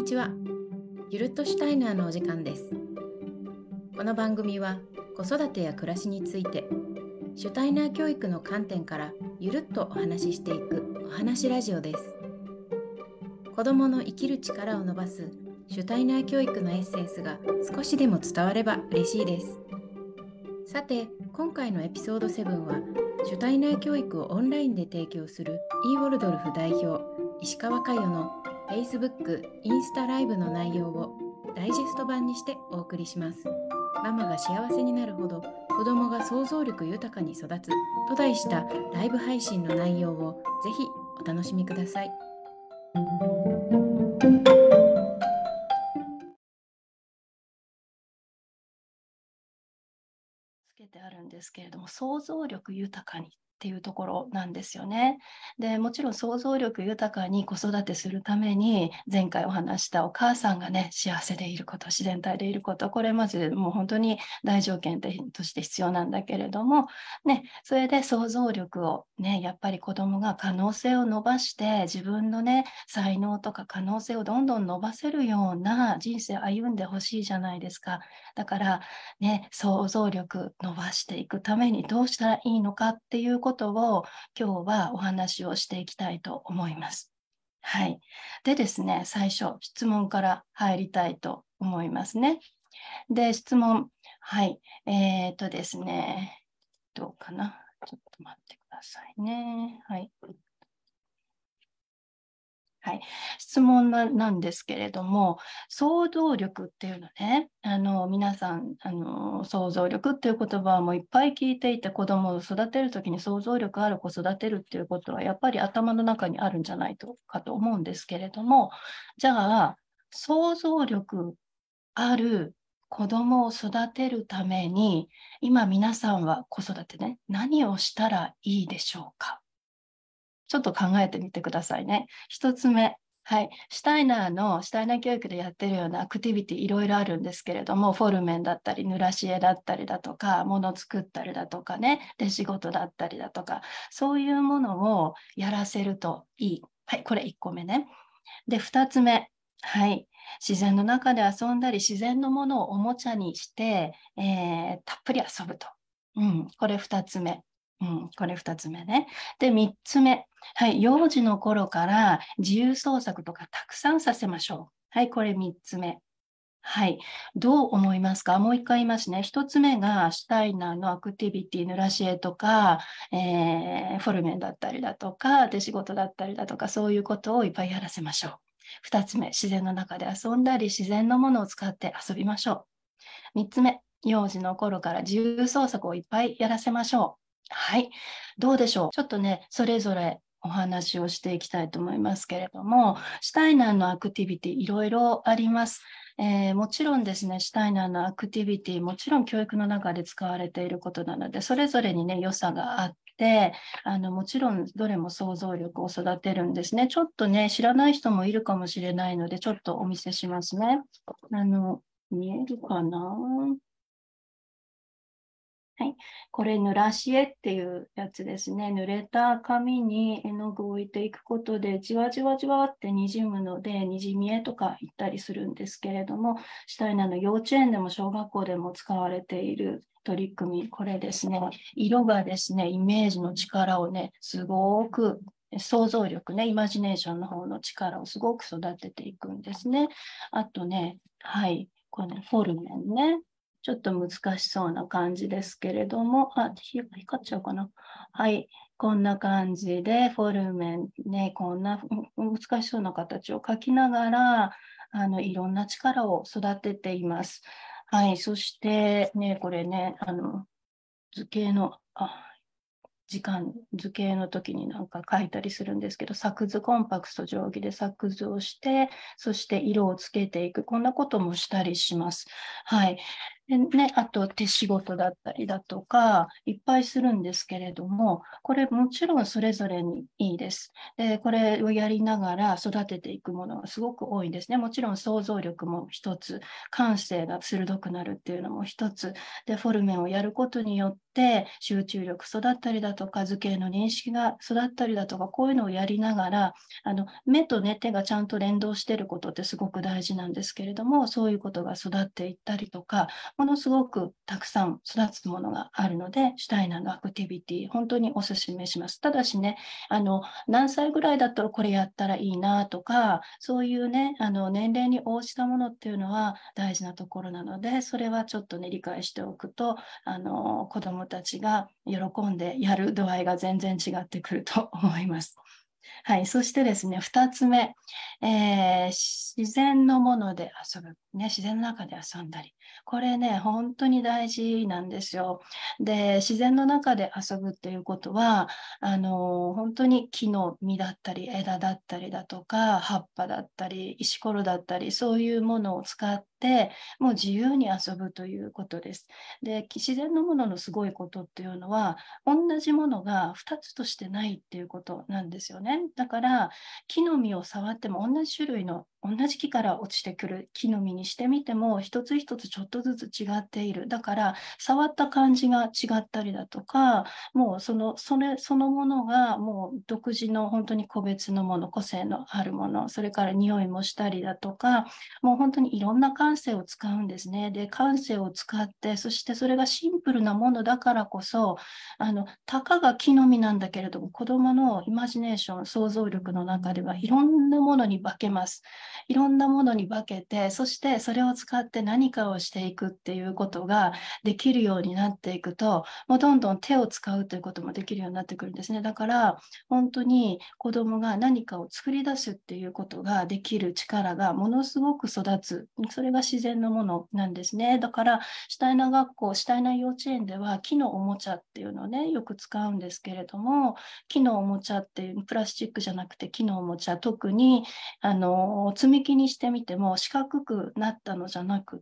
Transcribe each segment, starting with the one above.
にちは。ゆるっとシュタイナーのお時間です。この番組は子育てや暮らしについてシュタイナー教育の観点からゆるっとお話ししていくお話ラジオです。子どもの生きる力を伸ばすシュタイナー教育のエッセンスが少しでも伝われば嬉しいです。さて、今回のエピソード7はシュタイナー教育をオンラインで提供するイーウォルドルフ代表石川佳代の Facebook、インスタライブの内容をダイジェスト版にしてお送りします。ママが幸せになるほど子供が想像力豊かに育つと題したライブ配信の内容をぜひお楽しみください。 つけてあるんですけれども、想像力豊かにっていうところなんですよね。でもちろん想像力豊かに子育てするために、前回お話したお母さんがね、幸せでいること、自然体でいること、これまずもう本当に大条件として必要なんだけれども、ね、それで想像力をね、やっぱり子どもが可能性を伸ばして自分のね、才能とか可能性をどんどん伸ばせるような人生を歩んでほしいじゃないですか。だからね、想像力伸ばしていくためにどうしたらいいのかっていうことを今日はお話をしていきたいと思います。はい。でですね、最初質問から入りたいと思いますね。で、質問。はい。ですね、どうかな。ちょっと待ってくださいね。はい。はい、質問なんですけれども、想像力っていうのね、皆さん想像力っていう言葉もいっぱい聞いていて、子どもを育てるときに想像力ある子を育てるっていうことはやっぱり頭の中にあるんじゃないかと思うんですけれども、じゃあ想像力ある子どもを育てるために、今皆さんは子育てね、何をしたらいいでしょうか。ちょっと考えてみてくださいね。一つ目。はい。シュタイナー教育でやってるようなアクティビティいろいろあるんですけれども、フォルメンだったり、濡らし絵だったりだとか、物作ったりだとかね、で仕事だったりだとか、そういうものをやらせるといい。はい。これ1個目ね。で、2つ目。はい。自然の中で遊んだり、自然のものをおもちゃにして、たっぷり遊ぶと。これ2つ目。これ2つ目ね。で、3つ目。はい。幼児の頃から自由創作とかたくさんさせましょう。はい。これ3つ目。はい。どう思いますか？もう一回言いますね。1つ目がシュタイナーのアクティビティ、濡らし絵とか、フォルメンだったりだとか、手仕事だったりだとか、そういうことをいっぱいやらせましょう。2つ目、自然の中で遊んだり、自然のものを使って遊びましょう。3つ目、幼児の頃から自由創作をいっぱいやらせましょう。はい。どうでしょう？ちょっとね、それぞれお話をしていきたいと思いますけれども、シュタイナーのアクティビティいろいろあります。もちろんですね、シュタイナーのアクティビティ、もちろん教育の中で使われていることなので、それぞれにね、良さがあって、もちろんどれも想像力を育てるんですね。ちょっとね、知らない人もいるかもしれないので、ちょっとお見せしますね。見えるかな？はい。これ、濡らし絵っていうやつですね。濡れた紙に絵の具を置いていくことで、じわじわじわってにじむので、にじみ絵とか言ったりするんですけれども、シュタイナーの幼稚園でも小学校でも使われている取り組み、これですね。色がですね、イメージの力をね、すごく想像力ね、イマジネーションの方の力をすごく育てていくんですね。あとね、はい、このフォルメンね。ちょっと難しそうな感じですけれども、光っちゃうかな。はい。こんな感じで、フォルメンね、こんな難しそうな形を描きながら、いろんな力を育てています。はい。そして、ね、これね、図形の、図形の時になんか書いたりするんですけど、作図コンパクト定規で作図をして、そして色をつけていく、こんなこともしたりします。はい。でね、あと手仕事だったりだとか、いっぱいするんですけれども、これもちろんそれぞれにいいです。で、これをやりながら育てていくものがすごく多いんですね。もちろん想像力も一つ、感性が鋭くなるっていうのも一つ、で、フォルメをやることによっって集中力育ったりだとか図形の認識が育ったりだとか、こういうのをやりながら目とね手がちゃんと連動していることってすごく大事なんですけれども、そういうことが育っていったりとか、ものすごくたくさん育つものがあるので、シュタイナーのアクティビティ本当にお勧めします。ただしね、何歳ぐらいだったらこれやったらいいなとか、そういうね年齢に応じたものっていうのは大事なところなので、それはちょっとね理解しておくと子どもたちが喜んでやる度合いが全然違ってくると思います。はい、そしてですね、2つ目、自然のもので遊ぶ、ね、自然の中で遊んだり、これね、本当に大事なんですよ。で、自然の中で遊ぶっていうことは、本当に木の実だったり、枝だったりだとか、葉っぱだったり、石ころだったり、そういうものを使って、もう自由に遊ぶということです。で、自然のもののすごいことっていうのは、同じものが2つとしてないっていうことなんですよね。だから木の実を触っても同じ種類の同じ木から落ちてくる木の実にしてみても一つ一つちょっとずつ違っている。だから触った感じが違ったりだとか、もうそのものがもう独自の本当に個別のもの、個性のあるもの、それから匂いもしたりだとか、もう本当にいろんな感性を使うんですね。で、感性を使って、そしてそれがシンプルなものだからこそ、たかが木の実なんだけれども、子供のイマジネーション、想像力の中ではいろんなものに化けます。いろんなものに化けて、そしてそれを使って何かをしていくっていうことができるようになっていくと、もうどんどん手を使うということもできるようになってくるんですね。だから、本当に子供が何かを作り出すっていうことができる力がものすごく育つ。それが自然のものなんですね。だから、シュタイナー学校、シュタイナー幼稚園では木のおもちゃっていうのをね、よく使うんですけれども、木のおもちゃっていう、プラスチックじゃなくて木のおもちゃ、特に積み木にしてみても四角くなったのじゃなくって、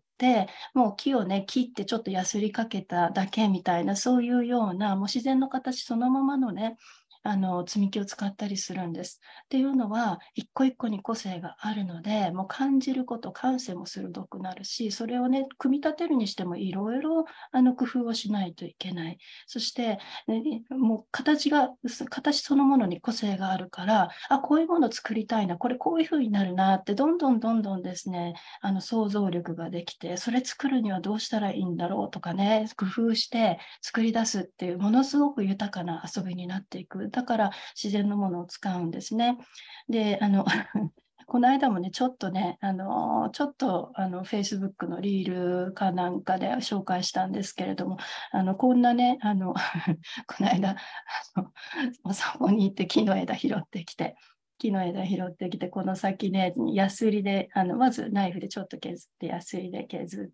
もう木をね、切ってちょっとやすりかけただけみたいな、そういうような、もう自然の形そのままのね、積み木を使ったりするんです。っていうのは、一個一個に個性があるので、もう感じること、感性も鋭くなるし、それをね、組み立てるにしてもいろいろ工夫をしないといけない。そして、ね、もう形そのものに個性があるから、あ、こういうものを作りたいな、これこういうふうになるなって、どんどんどんどんですね、想像力ができて、それ作るにはどうしたらいいんだろうとかね、工夫して作り出すっていう、ものすごく豊かな遊びになっていく。だから自然のものを使うんですね。で、この間もね、ちょっとね、Facebook のリールかなんかで紹介したんですけれども、こんなね、この間、お散歩に行って木の枝拾ってきて、この先ね、ヤスリで、まずナイフでちょっと削って、ヤスリで削って、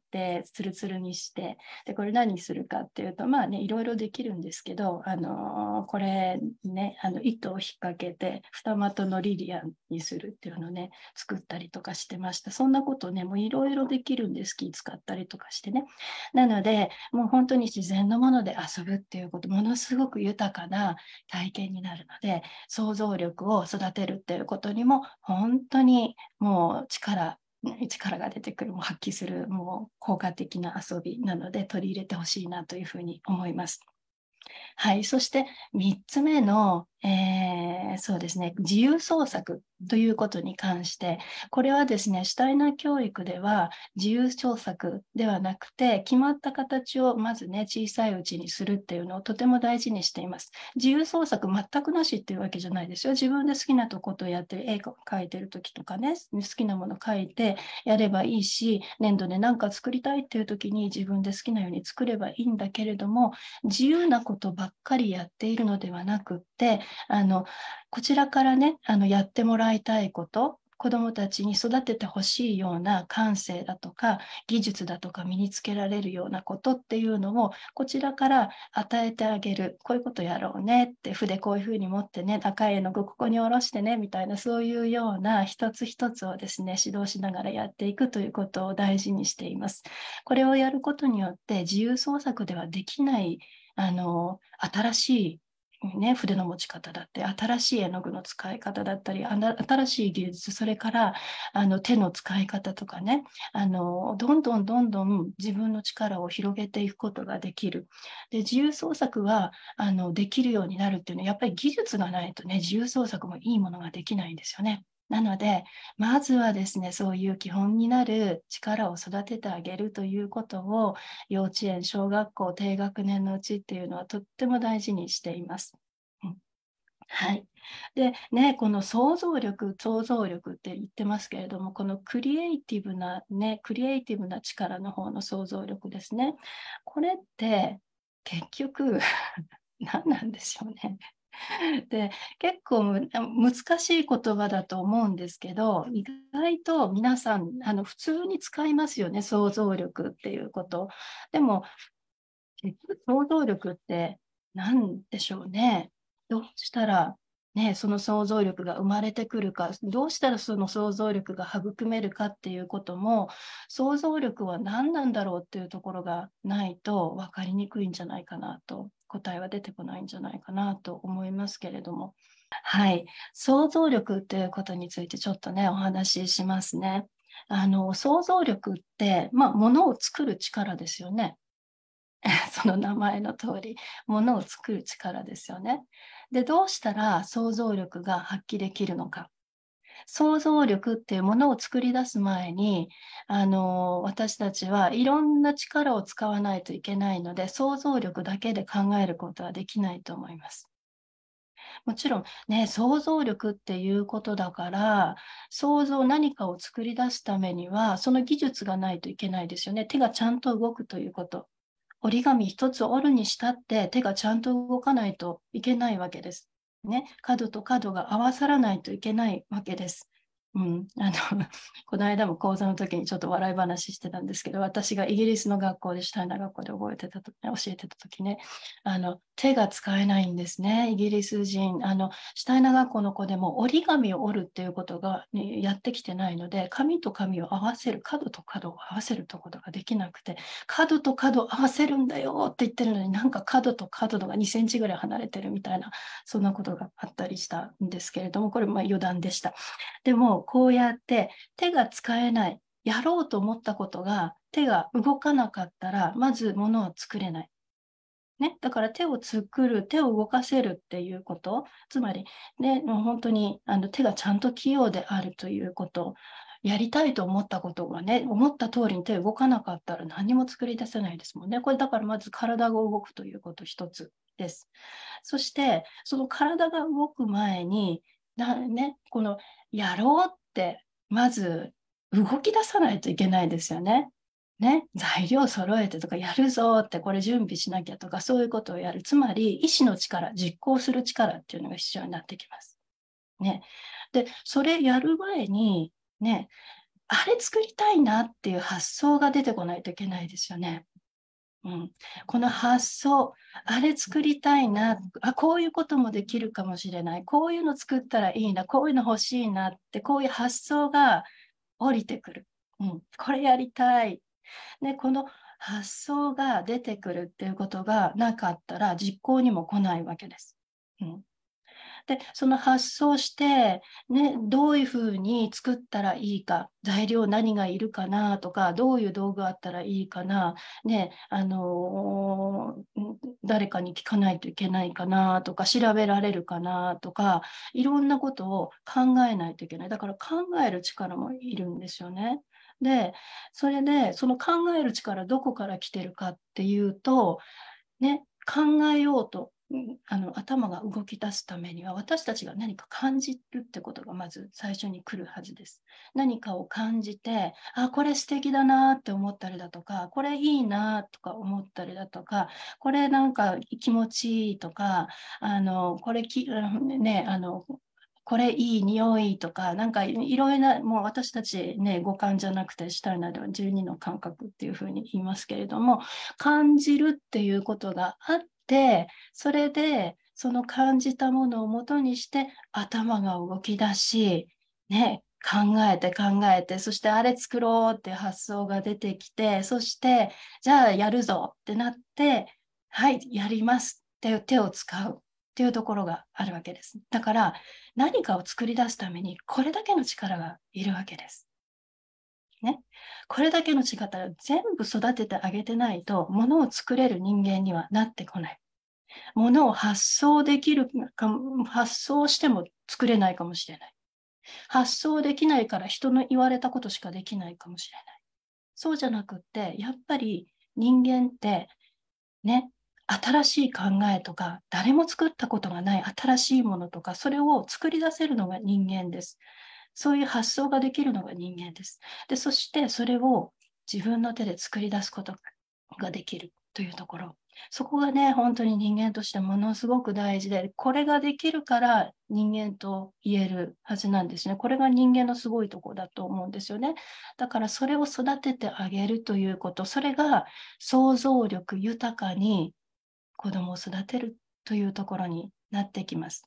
ツルツルにして、で、これ何するかっていうと、まあね、いろいろできるんですけど、これね、糸を引っ掛けて、二股のリリアンにするっていうのをね、作ったりとかしてました。そんなことね、もういろいろできるんです。気使ったりとかしてね。なので、もう本当に自然のもので遊ぶっていうこと、ものすごく豊かな体験になるので、想像力を育てるっていうことにも、本当にもう力が出てくる、もう発揮する、もう効果的な遊びなので、取り入れてほしいなというふうに思います。はい。そして3つ目の、そうですね、自由創作ということに関して、これはですね、シュタイナー教育では自由創作ではなくて、決まった形をまずね、小さいうちにするっていうのをとても大事にしています。自由創作全くなしっていうわけじゃないですよ。自分で好きなことをやってる、絵を描いてる時とかね、好きなものを描いてやればいいし、粘土で何か作りたいっていう時に自分で好きなように作ればいいんだけれども、自由なことばっかりやっているのではなくって、こちらからね、やってもらいたいこと、子どもたちに育ててほしいような感性だとか技術だとか身につけられるようなことっていうのをこちらから与えてあげる。こういうことやろうねって、筆こういうふうに持ってね、赤い絵の具ここに下ろしてねみたいな、そういうような一つ一つをですね、指導しながらやっていくということを大事にしています。これをやることによって自由創作ではできない新しいね、筆の持ち方だって新しい絵の具の使い方だったり新しい技術、それから手の使い方とかね、どんどん自分の力を広げていくことができる。で、自由創作はできるようになるっていうのはやっぱり技術がないとね、自由創作もいいものができないんですよね。なので、まずはですね、そういう基本になる力を育ててあげるということを、幼稚園、小学校、低学年のうちっていうのはとっても大事にしています。はい。でね、この想像力って言ってますけれども、このクリエイティブな力の方の想像力ですね。これって結局何なんでしょうね。で、結構難しい言葉だと思うんですけど、意外と皆さん普通に使いますよね、想像力っていうこと。でも、結局想像力って何でしょうね。どうしたらね、その想像力が生まれてくるか、どうしたらその想像力が育めるかっていうことも、想像力は何なんだろうっていうところがないと分かりにくいんじゃないかなと、答えは出てこないんじゃないかなと思いますけれども。はい。想像力っていうことについてちょっとね、お話ししますね。想像力って、ものを作る力ですよね。その名前の通り、ものを作る力ですよね。で、どうしたら想像力が発揮できるのか。想像力っていうものを作り出す前に、私たちはいろんな力を使わないといけないので、想像力だけで考えることはできないと思います。もちろんね、想像力っていうことだから、何かを作り出すためには、その技術がないといけないですよね。手がちゃんと動くということ。折り紙一つ折るにしたって手がちゃんと動かないといけないわけです。ね、角と角が合わさらないといけないわけです。この間も講座の時にちょっと笑い話してたんですけど、私がイギリスの学校で、シュタイナー学校で教えてた時ね、手が使えないんですね、イギリス人。シュタイナー学校の子でも折り紙を折るっていうことが、ね、やってきてないので、紙と紙を合わせる、角と角を合わせるとことができなくて、角と角合わせるんだよって言ってるのに、なんか角と角が2センチぐらい離れてるみたいな、そんなことがあったりしたんですけれども、これ余談でした。でも、こうやって手が使えない、やろうと思ったことが手が動かなかったら、まず物を作れない。ね、だから手を作る、手を動かせるっていうこと、つまり、ね、もう本当に手がちゃんと器用であるということ、やりたいと思ったことがね、思った通りに手動かなかったら何も作り出せないですもんね。これだからまず体が動くということ一つです。そして、その体が動く前に、このやろうって、まず動き出さないといけないですよね。ね、材料揃えてとかやるぞってこれ準備しなきゃとかそういうことをやる。つまり意志の力、実行する力っていうのが必要になってきます。ね。で、それやる前に、ね、あれ作りたいなっていう発想が出てこないといけないですよね。うん、この発想、あれ作りたいな、こういうこともできるかもしれない、こういうの作ったらいいな、こういうの欲しいなって、こういう発想が降りてくる。これやりたい。ね、この発想が出てくるっていうことがなかったら実行にも来ないわけです。で、その発想して、ね、どういうふうに作ったらいいか、材料何がいるかなとか、どういう道具あったらいいかな、ね、誰かに聞かないといけないかなとか、調べられるかなとか、いろんなことを考えないといけない。だから考える力もいるんですよね。で、それで、その考える力どこから来てるかっていうと、ね、考えようと、頭が動き出すためには私たちが何か感じるってことがまず最初に来るはずです。何かを感じて、これ素敵だなって思ったりだとか、これいいなとか思ったりだとか、これなんか気持ちいいとか、これね、これいい匂いとか、なんかいろいろな、もう私たちね、五感じゃなくて、シュタイナーでは12の感覚っていうふうに言いますけれども、感じるっていうことがあって、それで、その感じたものをもとにして頭が動き出し、ね、考えて、そしてあれ作ろうって発想が出てきて、そして、じゃあやるぞってなって、はい、やりますって手を使う。 っていうところがあるわけです。だから何かを作り出すためにこれだけの力がいるわけです。ね、これだけの力を全部育ててあげてないと、物を作れる人間にはなってこない。物を発想できるか、発想しても作れないかもしれない。発想できないから人の言われたことしかできないかもしれない。そうじゃなくって、やっぱり人間ってね、新しい考えとか、誰も作ったことがない新しいものとか、それを作り出せるのが人間です。そういう発想ができるのが人間です。で、そしてそれを自分の手で作り出すことができるというところ。そこがね、本当に人間としてものすごく大事で、これができるから人間と言えるはずなんですね。これが人間のすごいところだと思うんですよね。だからそれを育ててあげるということ、それが想像力豊かに子供を育てるというところになってきます。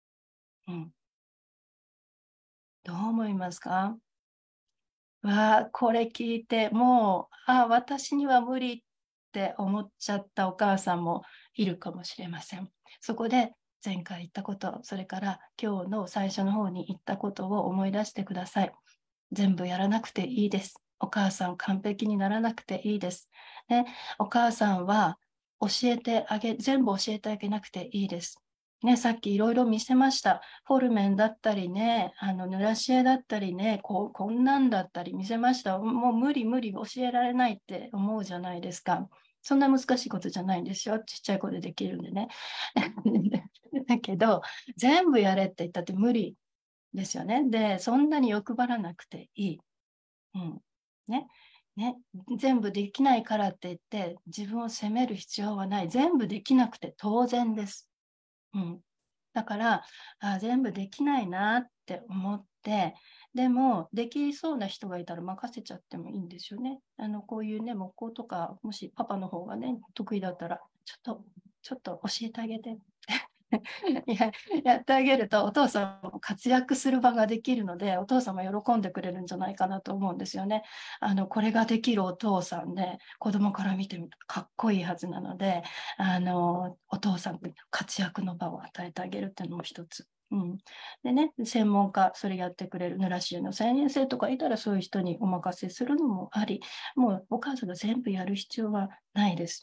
どう思いますか？これ聞いてもう、私には無理って思っちゃったお母さんもいるかもしれません。そこで前回言ったこと、それから今日の最初の方に言ったことを思い出してください。全部やらなくていいです。お母さん完璧にならなくていいです。ね、お母さんは全部教えてあげなくていいです。ね、さっきいろいろ見せました。フォルメンだったりね、濡らし絵だったりね、こんなんだったり見せました。もう無理教えられないって思うじゃないですか。そんな難しいことじゃないんですよ。ちっちゃい子でできるんでね。だけど、全部やれって言ったって無理ですよね。で、そんなに欲張らなくていい。ね。全部できないからって言って自分を責める必要はない。全部できなくて当然です。だから全部できないなって思って、でもできそうな人がいたら任せちゃってもいいんですよね。こういうね、木工とか、もしパパの方がね、得意だったら、ちょっと教えてあげて。やってあげるとお父さんも活躍する場ができるので、お父さんも喜んでくれるんじゃないかなと思うんですよね。これができるお父さんで、子供から見てみるとかっこいいはずなので、お父さんに活躍の場を与えてあげるっていうのも一つ。でね、専門家、それやってくれる濡らし絵の先生とかいたら、そういう人にお任せするのもあり、もうお母さんが全部やる必要はないです。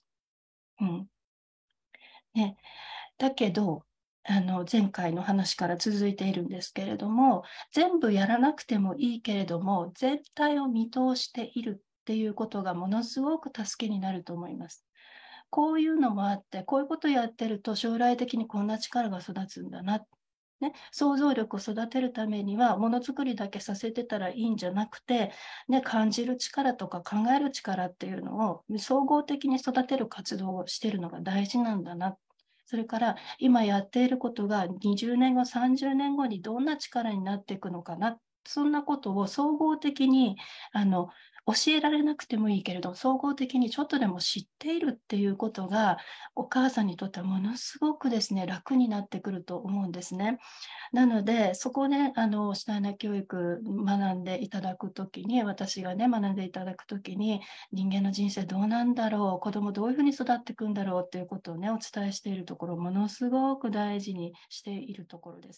ね、だけど、前回の話から続いているんですけれども、全部やらなくてもいいけれども、全体を見通しているっていうことがものすごく助けになると思います。こういうのもあって、こういうことやってると将来的にこんな力が育つんだな。ね、想像力を育てるためにはものづくりだけさせてたらいいんじゃなくて、ね、感じる力とか考える力っていうのを総合的に育てる活動をしているのが大事なんだな。それから今やっていることが20年後、30年後にどんな力になっていくのかな。そんなことを総合的に教えられなくてもいいけれど、総合的にちょっとでも知っているっていうことが、お母さんにとってはものすごくですね、楽になってくると思うんですね。なので、そこで、シュタイナー教育学んでいただくときに、私がね、学んでいただくときに、人間の人生どうなんだろう、子供どういうふうに育っていくんだろうっていうことをね、お伝えしているところ、ものすごく大事にしているところです。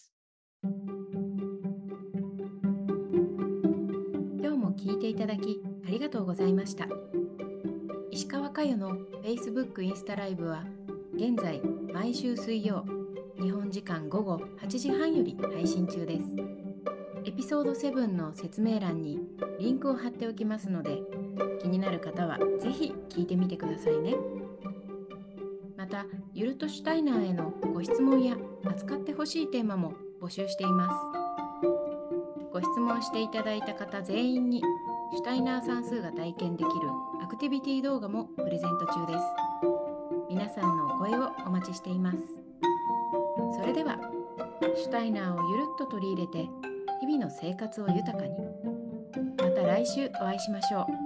今日も聞いていただきありがとうございました。石川佳代の Facebook インスタライブは現在毎週水曜日本時間午後8時半より配信中です。エピソード7の説明欄にリンクを貼っておきますので、気になる方はぜひ聞いてみてくださいね。また、ユルト・シュタイナーへのご質問や扱ってほしいテーマも募集しています。ご質問していただいた方全員にシュタイナー算数が体験できるアクティビティ動画もプレゼント中です。皆さんのお声をお待ちしています。それでは、シュタイナーをゆるっと取り入れて日々の生活を豊かに。また来週お会いしましょう。